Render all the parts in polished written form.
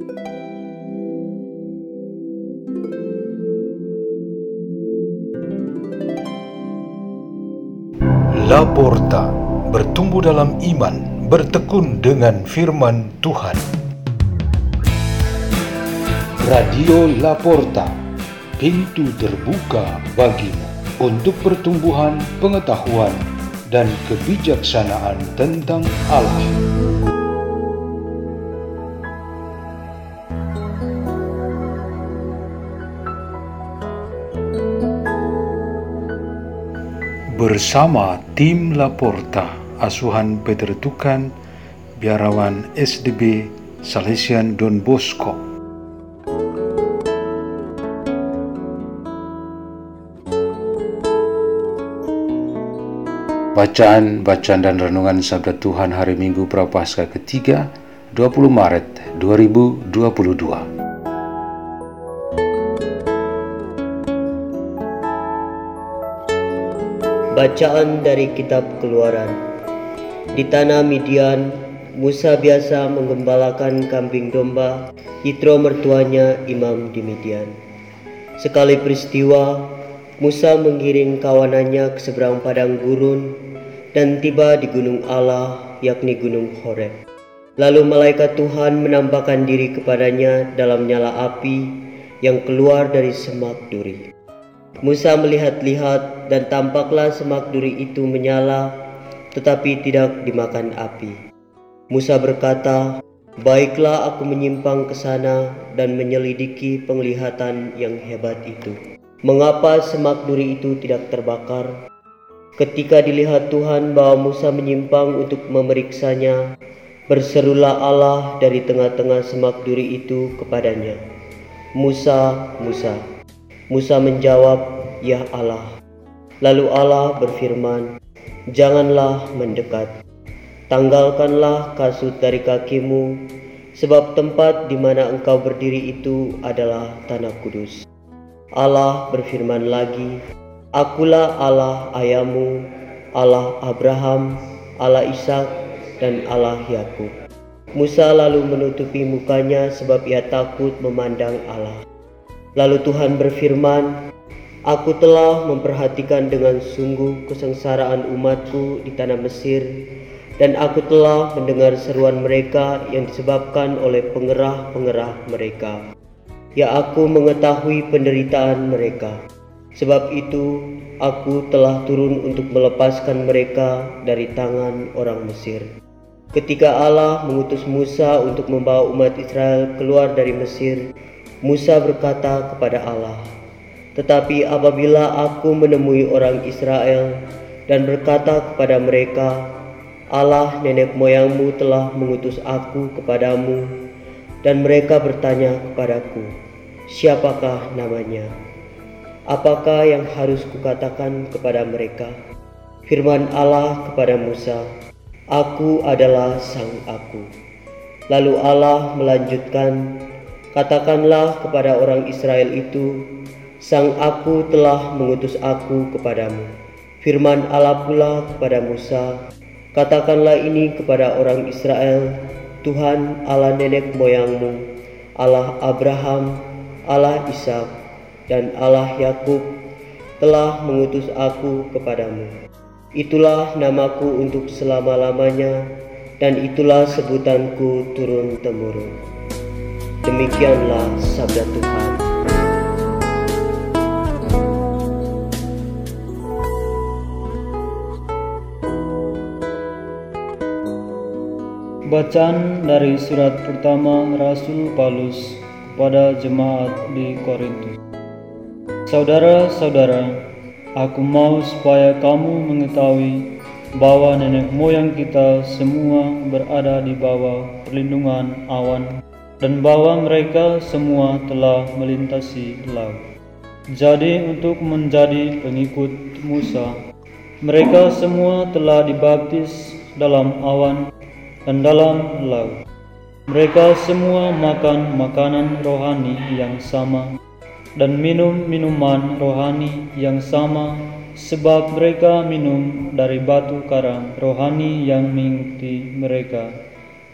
Laporta, bertumbuh dalam iman, bertekun dengan firman Tuhan. Radio Laporta, pintu terbuka bagimu untuk pertumbuhan pengetahuan dan kebijaksanaan tentang Allah. Bersama tim Laporta, asuhan Peter Tukan, biarawan SDB Salesian Don Bosco. Bacaan dan renungan Sabda Tuhan hari Minggu Prapaskah ketiga, 20 Maret 2022. Bacaan dari Kitab Keluaran. Di tanah Midian, Musa biasa menggembalakan kambing domba Yitro mertuanya imam di Midian. Sekali peristiwa, Musa mengiring kawanannya ke seberang padang gurun dan tiba di gunung Allah, yakni gunung Horeb. Lalu malaikat Tuhan menampakkan diri kepadanya dalam nyala api yang keluar dari semak duri. Musa melihat-lihat dan tampaklah semak duri itu menyala, tetapi tidak dimakan api. Musa berkata, "Baiklah aku menyimpang ke sana dan menyelidiki penglihatan yang hebat itu. Mengapa semak duri itu tidak terbakar?" Ketika dilihat Tuhan bahwa Musa menyimpang untuk memeriksanya, berserulah Allah dari tengah-tengah semak duri itu kepadanya, "Musa, Musa." Musa menjawab, "Ya Allah." Lalu Allah berfirman, "Janganlah mendekat. Tanggalkanlah kasut dari kakimu, sebab tempat di mana engkau berdiri itu adalah tanah kudus." Allah berfirman lagi, "Akulah Allah ayahmu, Allah Abraham, Allah Ishak, dan Allah Yakub." Musa lalu menutupi mukanya sebab ia takut memandang Allah. Lalu Tuhan berfirman, "Aku telah memperhatikan dengan sungguh kesengsaraan umatku di tanah Mesir, dan aku telah mendengar seruan mereka yang disebabkan oleh pengerah-pengerah mereka. Ya, aku mengetahui penderitaan mereka. Sebab itu aku telah turun untuk melepaskan mereka dari tangan orang Mesir." Ketika Allah mengutus Musa untuk membawa umat Israel keluar dari Mesir, Musa berkata kepada Allah, "Tetapi apabila aku menemui orang Israel dan berkata kepada mereka, 'Allah nenek moyangmu telah mengutus aku kepadamu,' dan mereka bertanya kepadaku, 'Siapakah namanya?' apakah yang harus kukatakan kepada mereka?" Firman Allah kepada Musa, "Aku adalah Sang Aku." Lalu Allah melanjutkan, "Katakanlah kepada orang Israel itu, Sang Aku telah mengutus aku kepadamu." Firman Allah pula kepada Musa, "Katakanlah ini kepada orang Israel, Tuhan Allah nenek moyangmu, Allah Abraham, Allah Ishak, dan Allah Yakub telah mengutus aku kepadamu. Itulah namaku untuk selama-lamanya, dan itulah sebutanku turun-temurun." Demikianlah sabda Tuhan. Bacaan dari surat pertama Rasul Paulus kepada jemaat di Korintus. Saudara-saudara, aku mau supaya kamu mengetahui bahwa nenek moyang kita semua berada di bawah perlindungan awan, dan bahwa mereka semua telah melintasi laut. Jadi untuk menjadi pengikut Musa, mereka semua telah dibaptis dalam awan dan dalam laut. Mereka semua makan makanan rohani yang sama dan minum minuman rohani yang sama, sebab mereka minum dari batu karang rohani yang mengikuti mereka.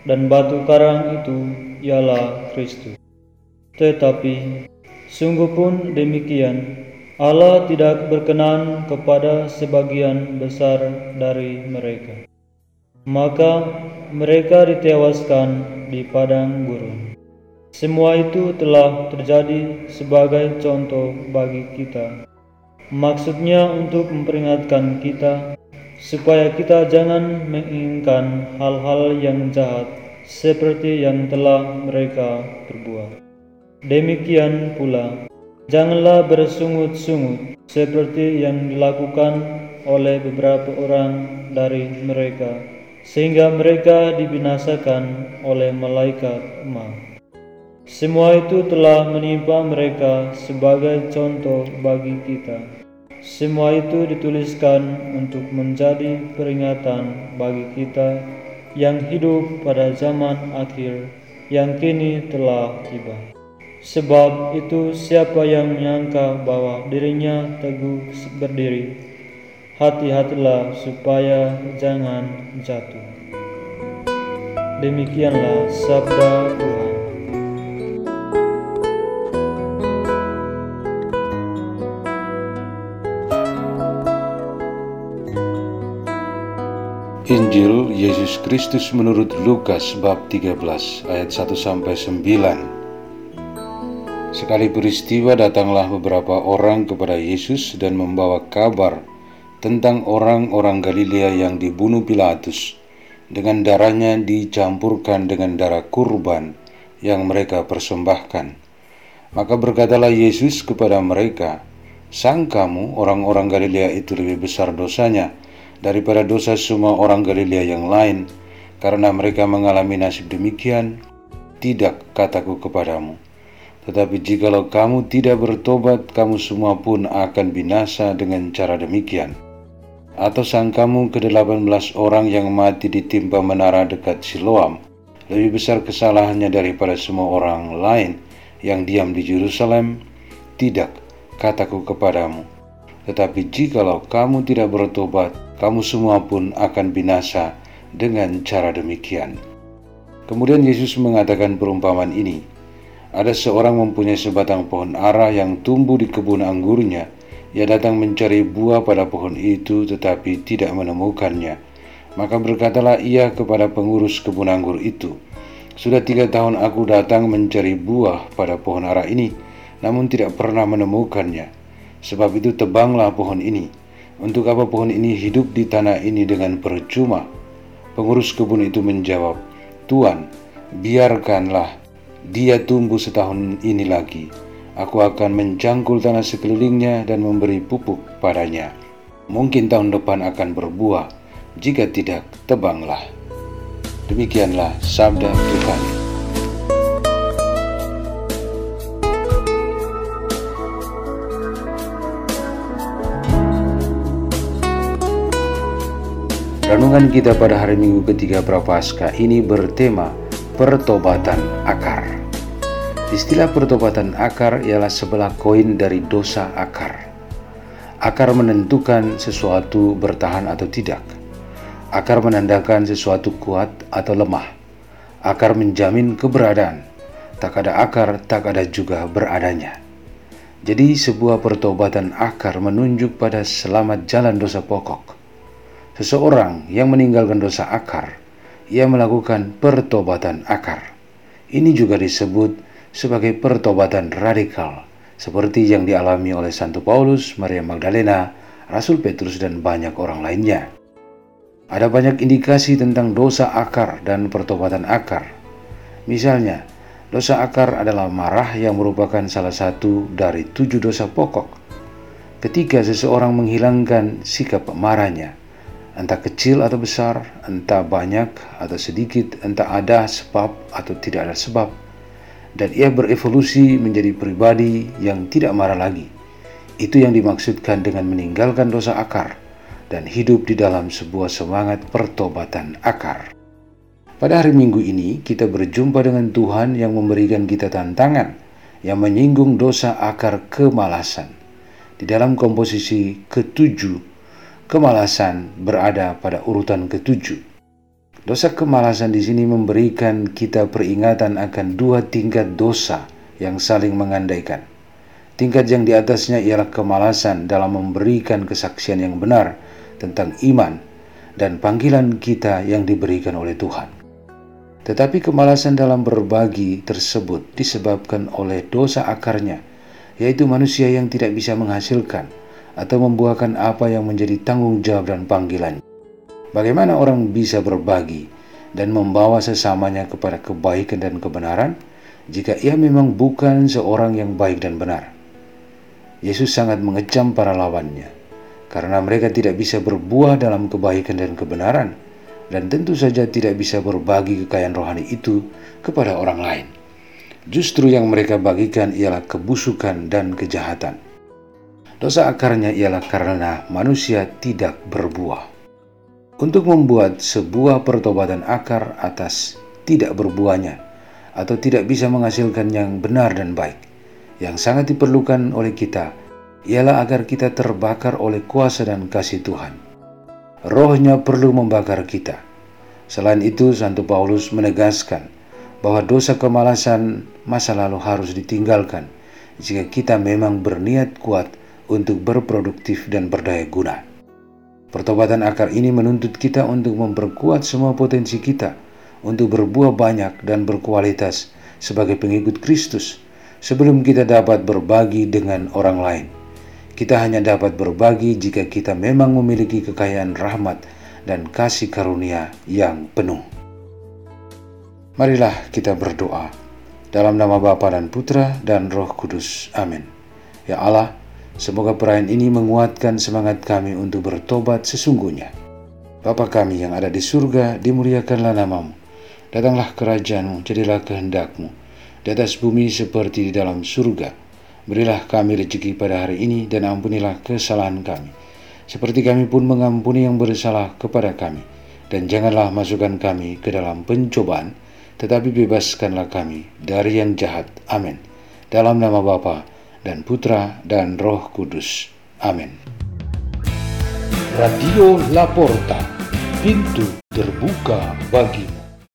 dan batu karang itu ialah Kristus. Tetapi sungguh pun demikian, Allah tidak berkenan kepada sebagian besar dari mereka. Maka mereka ditewaskan di padang gurun. Semua itu telah terjadi sebagai contoh bagi kita. Maksudnya untuk memperingatkan kita supaya kita jangan menginginkan hal-hal yang jahat seperti yang telah mereka perbuat. Demikian pula, janganlah bersungut-sungut seperti yang dilakukan oleh beberapa orang dari mereka, sehingga mereka dibinasakan oleh malaikat maut. Semua itu telah menimpa mereka sebagai contoh bagi kita. Semua itu dituliskan untuk menjadi peringatan bagi kita yang hidup pada zaman akhir yang kini telah tiba. Sebab itu siapa yang menyangka bahwa dirinya teguh berdiri, hati-hatilah supaya jangan jatuh. Demikianlah sabda Tuhan. Injil Yesus Kristus menurut Lukas bab 13 ayat 1-9. Sekali peristiwa datanglah beberapa orang kepada Yesus dan membawa kabar tentang orang-orang Galilea yang dibunuh Pilatus, dengan darahnya dicampurkan dengan darah kurban yang mereka persembahkan. Maka berkatalah Yesus kepada mereka, "Sangkamu orang-orang Galilea itu lebih besar dosanya daripada dosa semua orang Galilea yang lain, karena mereka mengalami nasib demikian? Tidak, kataku kepadamu. Tetapi jikalau kamu tidak bertobat, kamu semua pun akan binasa dengan cara demikian. Atau sangkamu ke-18 orang yang mati ditimpa menara dekat Siloam lebih besar kesalahannya daripada semua orang lain yang diam di Yerusalem? Tidak, kataku kepadamu. Tetapi jikalau kamu tidak bertobat, kamu semua pun akan binasa dengan cara demikian." Kemudian Yesus mengatakan perumpamaan ini. Ada seorang mempunyai sebatang pohon ara yang tumbuh di kebun anggurnya. Ia datang mencari buah pada pohon itu, tetapi tidak menemukannya. Maka berkatalah ia kepada pengurus kebun anggur itu, "Sudah 3 tahun aku datang mencari buah pada pohon ara ini, namun tidak pernah menemukannya. Sebab itu tebanglah pohon ini. Untuk apa pohon ini hidup di tanah ini dengan percuma?" Pengurus kebun itu menjawab, "Tuan, biarkanlah dia tumbuh setahun ini lagi. Aku akan mencangkul tanah sekelilingnya dan memberi pupuk padanya. Mungkin tahun depan akan berbuah. Jika tidak, tebanglah." Demikianlah sabda Tuhan. Renungan kita pada hari Minggu ketiga Prapaskah ini bertema pertobatan akar. Istilah pertobatan akar ialah sebelah koin dari dosa akar. Akar menentukan sesuatu bertahan atau tidak. Akar menandakan sesuatu kuat atau lemah. Akar menjamin keberadaan. Tak ada akar, tak ada juga beradanya. Jadi sebuah pertobatan akar menunjuk pada selamat jalan dosa pokok. Seseorang yang meninggalkan dosa akar, ia melakukan pertobatan akar. Ini juga disebut sebagai pertobatan radikal, seperti yang dialami oleh Santo Paulus, Maria Magdalena, Rasul Petrus, dan banyak orang lainnya. Ada banyak indikasi tentang dosa akar dan pertobatan akar. Misalnya, dosa akar adalah marah yang merupakan salah satu dari 7 dosa pokok. Ketika seseorang menghilangkan sikap marahnya, entah kecil atau besar, entah banyak atau sedikit, entah ada sebab atau tidak ada sebab, dan ia berevolusi menjadi pribadi yang tidak marah lagi. Itu yang dimaksudkan dengan meninggalkan dosa akar dan hidup di dalam sebuah semangat pertobatan akar. Pada hari Minggu ini kita berjumpa dengan Tuhan yang memberikan kita tantangan yang menyinggung dosa akar kemalasan. Di dalam komposisi ke-7, kemalasan berada pada urutan ke-7. Dosa kemalasan di sini memberikan kita peringatan akan dua tingkat dosa yang saling mengandaikan. Tingkat yang di atasnya ialah kemalasan dalam memberikan kesaksian yang benar tentang iman dan panggilan kita yang diberikan oleh Tuhan. Tetapi kemalasan dalam berbagi tersebut disebabkan oleh dosa akarnya, yaitu manusia yang tidak bisa menghasilkan atau membuahkan apa yang menjadi tanggung jawab dan panggilannya. Bagaimana orang bisa berbagi dan membawa sesamanya kepada kebaikan dan kebenaran jika ia memang bukan seorang yang baik dan benar? Yesus sangat mengecam para lawannya karena mereka tidak bisa berbuah dalam kebaikan dan kebenaran, dan tentu saja tidak bisa berbagi kekayaan rohani itu kepada orang lain. Justru yang mereka bagikan ialah kebusukan dan kejahatan. Dosa akarnya ialah karena manusia tidak berbuah. Untuk membuat sebuah pertobatan akar atas tidak berbuahnya atau tidak bisa menghasilkan yang benar dan baik, yang sangat diperlukan oleh kita ialah agar kita terbakar oleh kuasa dan kasih Tuhan. Rohnya perlu membakar kita. Selain itu, Santo Paulus menegaskan bahwa dosa kemalasan masa lalu harus ditinggalkan jika kita memang berniat kuat untuk berproduktif dan berdaya guna. Pertobatan akar ini menuntut kita untuk memperkuat semua potensi kita untuk berbuah banyak dan berkualitas sebagai pengikut Kristus sebelum kita dapat berbagi dengan orang lain. Kita hanya dapat berbagi jika kita memang memiliki kekayaan rahmat dan kasih karunia yang penuh. Marilah kita berdoa. Dalam nama Bapa dan Putra dan Roh Kudus. Amin. Ya Allah, semoga perayaan ini menguatkan semangat kami untuk bertobat sesungguhnya. Bapa kami yang ada di surga, dimuliakanlah namamu. Datanglah kerajaan-Mu, jadilah kehendak-Mu, di atas bumi seperti di dalam surga. Berilah kami rezeki pada hari ini dan ampunilah kesalahan kami, seperti kami pun mengampuni yang bersalah kepada kami. Dan janganlah masukkan kami ke dalam pencobaan, tetapi bebaskanlah kami dari yang jahat. Amin. Dalam nama Bapa dan Putra dan Roh Kudus. Amin. Radio La Porta, pintu terbuka bagimu.